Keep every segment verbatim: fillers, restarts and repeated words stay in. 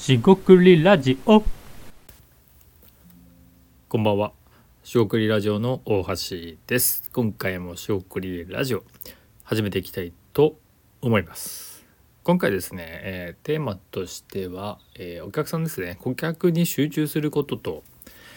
しごくりラジオ。 こんばんは。しごくりラジオの大橋です。今回もしごくりラジオ始めていきたいと思います。今回ですね、えー、テーマとしては、えー、お客さんですね、顧客に集中することと、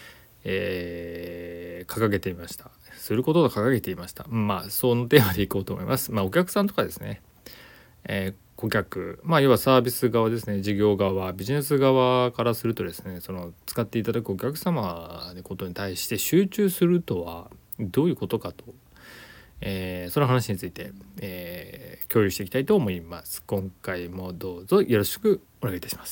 えー、掲げてみました。することと掲げていました。まあそのテーマでいこうと思います。まあお客さんとかですね、えー、顧客、まあ要はサービス側ですね、事業側、ビジネス側からするとですね、その使っていただくお客様のことに対して集中するとはどういうことかと、えー、その話について、えー、共有していきたいと思います。今回もどうぞよろしくお願いいたします。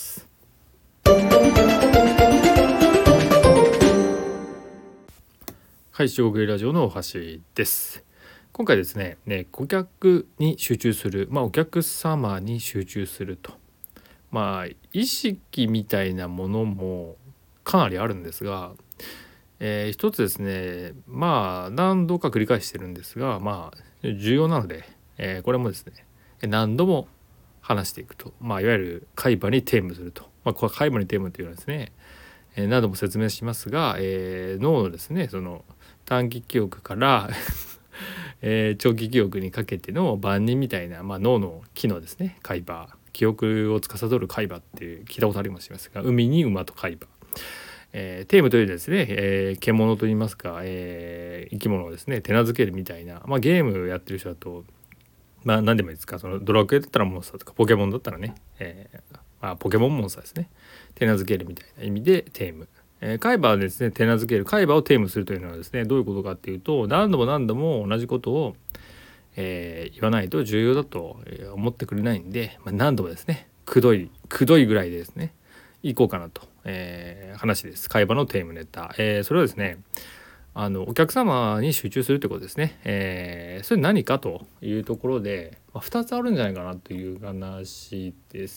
はい、しごくりラジオの大橋です。今回ですね、ね顧客に集中する、まあお客様に集中すると、まあ意識みたいなものもかなりあるんですが、えー、一つですね、まあ何度か繰り返してるんですが、まあ重要なので、えー、これもですね何度も話していくと、まあいわゆる海馬にテームすると、まあこれ海馬にテームというのはですね、えー、何度も説明しますが、えー、脳のですねその短期記憶からえー、長期記憶にかけての万人みたいな、まあ、脳の機能ですね。海馬、記憶を司る海馬っていう聞いたことありもしますが、海に馬と海馬、えー、テームというですね、えー、獣といいますか、えー、生き物をですね手なずけるみたいな、まあ、ゲームやってる人だと、まあ、何でもいいですか、そのドラクエだったらモンスターとかポケモンだったらね、えーまあ、ポケモンモンスターですね、手なずけるみたいな意味でテーム、えー、海馬はですね手なずける、海馬をテームするというのはですねどういうことかっていうと、何度も何度も同じことを、えー、言わないと重要だと思ってくれないんで、まあ、何度もですねくどいくどいぐらいでですねいこうかなと、えー、話です。海馬のテームネタ、えー、それはですねあのお客様に集中するということですね、えー、それ何かというところで、まあ、ふたつあるんじゃないかなという話です。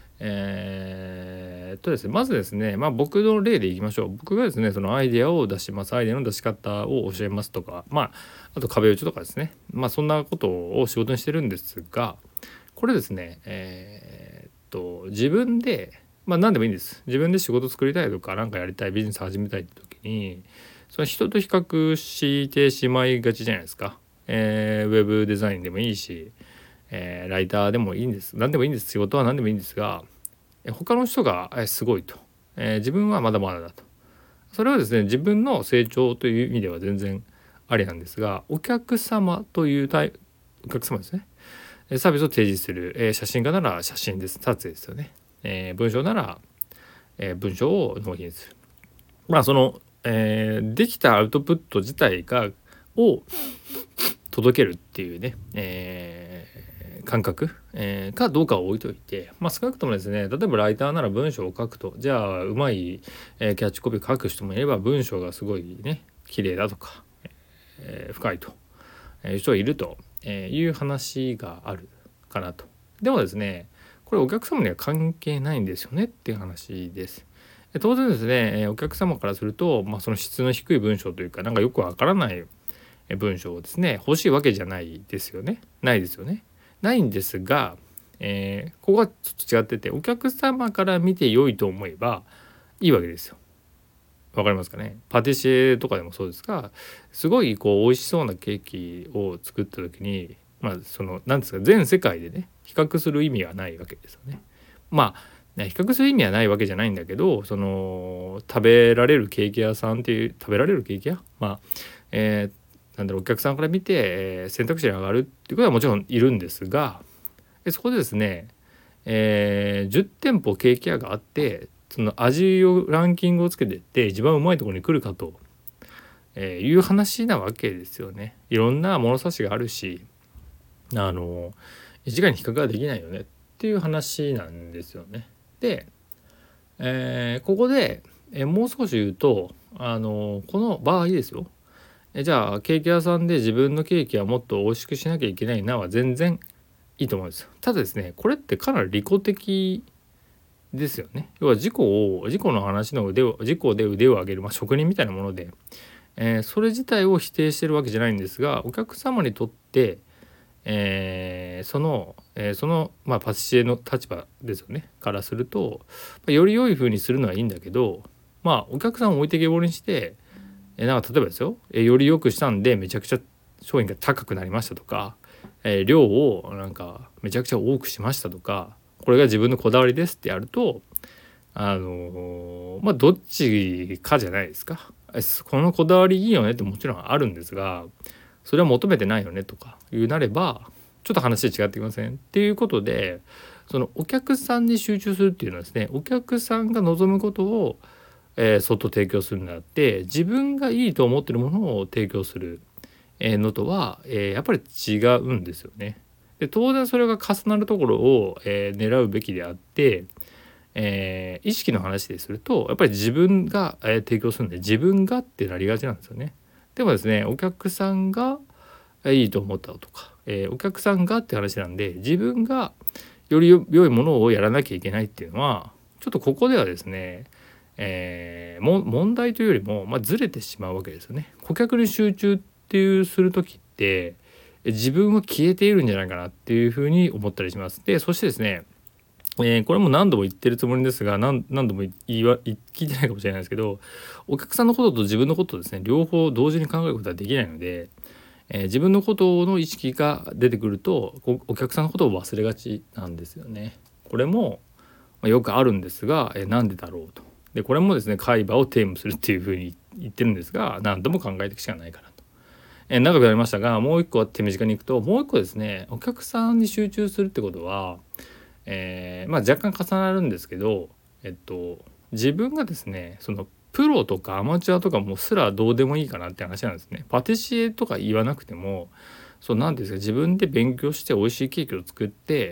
えー、っとですねまずですね、まあ、僕の例でいきましょう。僕がですねそのアイデアを出します、アイデアの出し方を教えますとか、まああと壁打ちとかですね、まあそんなことを仕事にしてるんですが、これですねえー、っと自分でまあ何でもいいんです。自分で仕事作りたいとか何かやりたい、ビジネス始めたいって時にその人と比較してしまいがちじゃないですか。えー、ウェブデザインでもいいし、えー、ライターでもいいんです。何でもいいんです。仕事は何でもいいんですが、他の人がすごいと、えー、自分はまだまだだと。それはですね自分の成長という意味では全然ありなんですが、お客様というタイお客様ですね、サービスを提示する、えー、写真家なら写真です、撮影ですよね、えー、文章なら、えー、文章を納品する。まあその、えー、できたアウトプット自体がを届けるっていうね、えー、感覚、えー、かどうかを置いといて、まあ、少なくともですね例えばライターなら文章を書くと、じゃあうまい、えー、キャッチコピー書く人もいれば文章がすごいね綺麗だとか、えー、深いという人がいるという話があるかなと。でもですねこれお客様には関係ないんですよねっていう話です。当然ですねお客様からすると、まあ、その質の低い文章というかなんかよくわからない文章をですね欲しいわけじゃないですよね。ないですよね。ないんですが、えー、ここはちょっと違ってて、お客様から見て良いと思えばいいわけですよ。わかりますかね。パティシエとかでもそうですが、すごいこう美味しそうなケーキを作った時に、まあその何ですか、全世界でね比較する意味はないわけですよね。まあ比較する意味はないわけじゃないんだけど、その食べられるケーキ屋さんっていう食べられるケーキ屋、まあ、えー、なんだろうお客さんから見て、えー、選択肢に上がるっていうことはもちろんいるんですが、そこでですね、えー、じゅってんぽケーキ屋があってその味をランキングをつけていって一番うまいところに来るかと、えー、いう話なわけですよね。いろんな物差しがあるし、あの一概に比較ができないよねっていう話なんですよね。で、えー、ここで、えー、もう少し言うと、あのこの場合ですよ、えー、じゃあケーキ屋さんで自分のケーキはもっと美味しくしなきゃいけないなは全然いいと思うんですよ。ただですねこれってかなり利己的ですよね。要は自己を自己の話の腕を自己で腕を上げる、まあ、職人みたいなもので、えー、それ自体を否定してるわけじゃないんですが、お客様にとって、えー、そのえー、その、まあ、パティシエの立場ですよねからすると、まあ、より良い風にするのはいいんだけど、まあお客さんを置いてけぼりにして、えー、なんか例えばですよ、えー、より良くしたんでめちゃくちゃ商品が高くなりましたとか、えー、量をなんかめちゃくちゃ多くしましたとか、これが自分のこだわりですってやると、あのー、まあどっちかじゃないですか。このこだわりいいよねってもちろんあるんですが、それは求めてないよねとかいうなればちょっと話違ってきませんっていうことで、そのお客さんに集中するっていうのはですね、お客さんが望むことを、えー、そっと提供するんであって、自分がいいと思ってるものを提供するのとは、えー、やっぱり違うんですよね。で当然それが重なるところを、えー、狙うべきであって、えー、意識の話でするとやっぱり自分が、えー、提供するんで自分がってなりがちなんですよね。でもですね、お客さんがいいと思ったとか、えー、お客さんがって話なんで、自分がより良いものをやらなきゃいけないっていうのはちょっとここではですね、えー、も問題というよりも、まあ、ずれてしまうわけですよね。顧客に集中っていうする時って自分は消えているんじゃないかなっていうふうに思ったりします。でそしてですね、えー、これも何度も言ってるつもりですが 何, 何度も言いわ聞いてないかもしれないですけど、お客さんのことと自分のことをですね両方同時に考えることはできないので、えー、自分のことの意識が出てくると お, お客さんのことを忘れがちなんですよね。これもよくあるんですが、えー、なんでだろうと。でこれもですね海馬をテーマするっていうふうに言ってるんですが、何度も考えていくしかないかなと。えー、長くなりましたが、もう一個手短にいくと、もう一個ですね、お客さんに集中するってことは、えー、まあ若干重なるんですけど、えっと自分がですねそのプロとかアマチュアとかもすらどうでもいいかなって話なんですね。パティシエとか言わなくても、そうなんですか、自分で勉強して美味しいケーキを作って、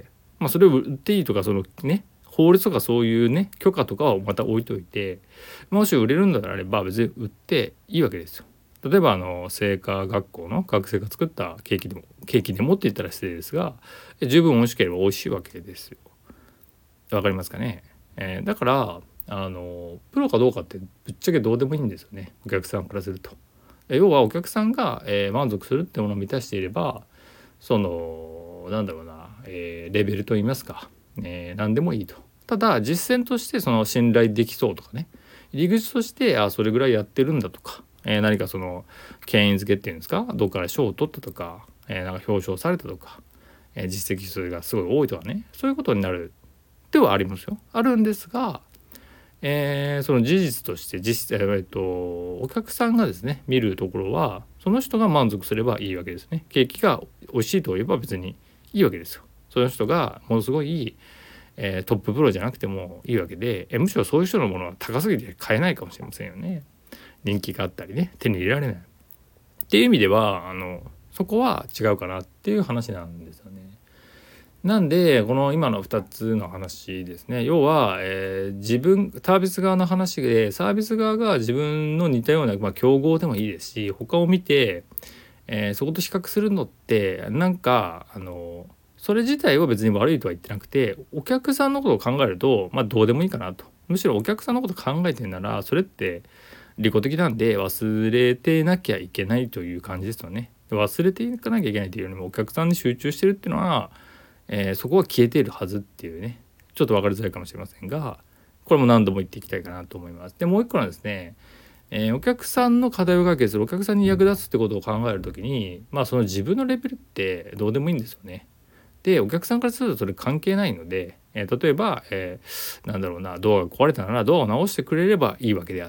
まあそれを売っていいとか、そのね法律とかそういうね許可とかをまた置いといて、もし売れるんであれば別に売っていいわけですよ。例えばあの製菓学校の学生が作ったケーキでもケーキでもって言ったら失礼ですが、十分美味しければ美味しいわけですよ。わかりますかね。えー、だからあのプロかどうかってぶっちゃけどうでもいいんですよね、お客さんからすると。要はお客さんが、えー、満足するってものを満たしていれば、そのなんだろうな、えー、レベルといいますか、えー、何でもいいと。ただ実践としてその信頼できそうとかね、入り口としてあそれぐらいやってるんだとか、えー、何かその権威づけっていうんですか、どっから賞を取ったとか、えー、なんか表彰されたとか、えー、実績数がすごい多いとかね、そういうことになるではありますよ。あるんですが、えー、その事実として実、えー、とお客さんがですね見るところは、その人が満足すればいいわけですね。ケーキが美味しいと言えば別にいいわけですよ。その人がものすごい、えー、トッププロじゃなくてもいいわけで、えー、むしろそういう人のものは高すぎて買えないかもしれませんよね。人気があったりね、手に入れられないっていう意味では、あのそこは違うかなっていう話なんですよね。なんでこの今のふたつの話ですね、要は、えー、自分サービス側の話で、サービス側が自分の似たような、まあ、競合でもいいですし、他を見て、えー、そこと比較するのってなんかあのそれ自体は別に悪いとは言ってなくて、お客さんのことを考えると、まあ、どうでもいいかなと。むしろお客さんのこと考えてるならそれって利己的なんで忘れてなきゃいけないという感じですよね。忘れていかなきゃいけないというよりも、お客さんに集中してるっていうのは、えー、そこは消えているはずっていうね、ちょっと分かりづらいかもしれませんが、これも何度も言っていきたいかなと思います。でもう一個はですね、えー、お客さんの課題を解決する、お客さんに役立つってことを考えるときに、まあその自分のレベルってどうでもいいんですよね。でお客さんからするとそれ関係ないので、えー、例えば、えー、なんだろうな、ドアが壊れたならドアを直してくれればいいわけであって、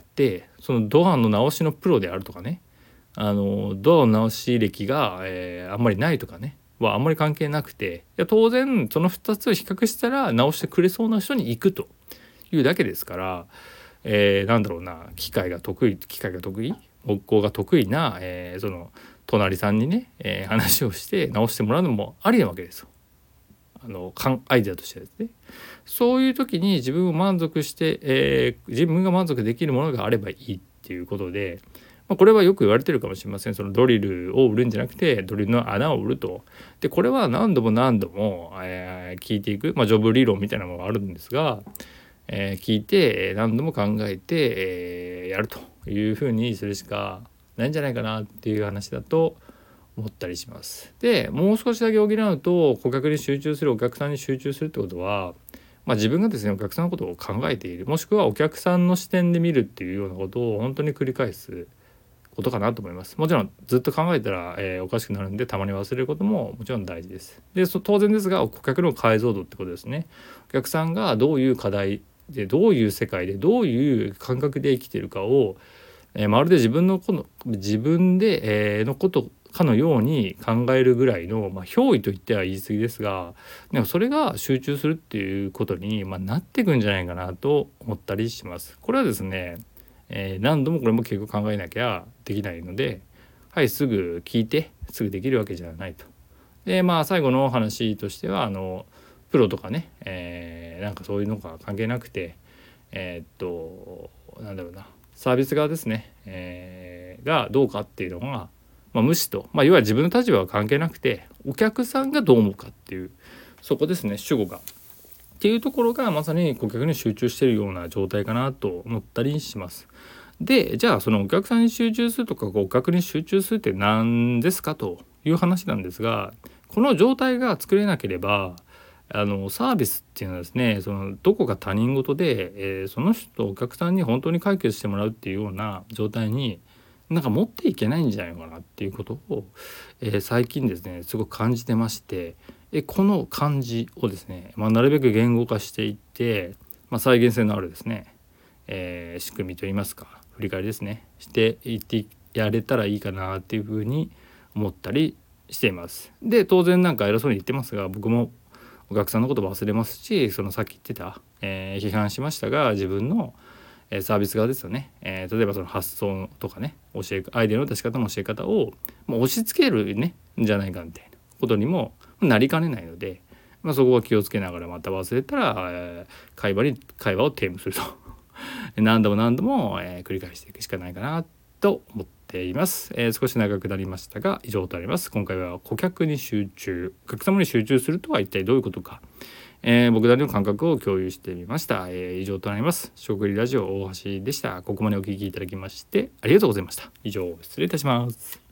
そのドアの直しのプロであるとかね、あのドアの直し歴が、えー、あんまりないとかねはあんまり関係なくて、いや当然そのふたつを比較したら直してくれそうな人に行くというだけですから、えー、なんだろうな、機械が得意機械が得意木工が得意な、えー、その隣さんにね、えー、話をして直してもらうのもありなわけですよ。あのアイデアとしてですね。そういう時に自分を満足して、えー、自分が満足できるものがあればいいっていうことで、まあ、これはよく言われてるかもしれません。そのドリルを売るんじゃなくてドリルの穴を売ると。でこれは何度も何度も、えー、聞いていく、まあ、ジョブ理論みたいなものがあるんですが、えー、聞いて何度も考えて、えー、やるというふうにするしかないんじゃないかなっていう話だと思ったりします。でもう少しだけ補うと、顧客に集中する、お客さんに集中するってことは、まあ、自分がですねお客さんのことを考えている、もしくはお客さんの視点で見るっていうようなことを本当に繰り返すことかなと思います。もちろんずっと考えたら、えー、おかしくなるんで、たまに忘れることももちろん大事です。で当然ですが、顧客の解像度ってことですね。お客さんがどういう課題で、どういう世界で、どういう感覚で生きているかを、えー、まるで自分のこの自分で、えー、のことかのように考えるぐらいの、まあ、憑依と言っては言い過ぎですが、でもそれが集中するっていうことに、まあ、なっていくんじゃないかなと思ったりします。これはですね、えー、何度もこれも結構考えなきゃできないので、はいすぐ聞いてすぐできるわけじゃないと。でまあ最後の話としては、あのプロとかね、えー、なんかそういうのが関係なくて、えー、っとなんだろうな、サービス側ですね、えー、がどうかっていうのが、まあ、無視と、まあ、いわゆる自分の立場は関係なくて、お客さんがどう思うかっていう、そこですね、主語がっていうところがまさに顧客に集中しているような状態かなと思ったりします。でじゃあそのお客さんに集中するとか、顧客に集中するって何ですかという話なんですが、この状態が作れなければ、あのサービスっていうのはですね、そのどこか他人事で、えー、その人お客さんに本当に解決してもらうっていうような状態になんか持っていけないんじゃないのかなっていうことを、えー、最近ですねすごく感じてまして、えこの感じをですね、まあ、なるべく言語化していって、まあ、再現性のあるですね、えー、仕組みといいますか振り返りですねしていってやれたらいいかなっていうふうに思ったりしています。で当然なんか偉そうに言ってますが、僕もお客さんのこと忘れますし、そのさっき言ってた、えー、批判しましたが、自分のサービス側ですよね、えー、例えばその発想とかね、教えアイデアの出し方の教え方をもう押し付けるねんじゃないかみたいなことにもなりかねないので、まあ、そこは気をつけながら、また忘れたら、えー、会話に会話をテーマすると何度も何度も、えー、繰り返していくしかないかなと思っています。えー、少し長くなりましたが以上となります。今回は顧客に集中、お客様に集中するとは一体どういうことか、えー、僕なりの感覚を共有してみました。えー、以上となります。食理ラジオ大橋でした。ここまでお聞きいただきましてありがとうございました。以上失礼いたします。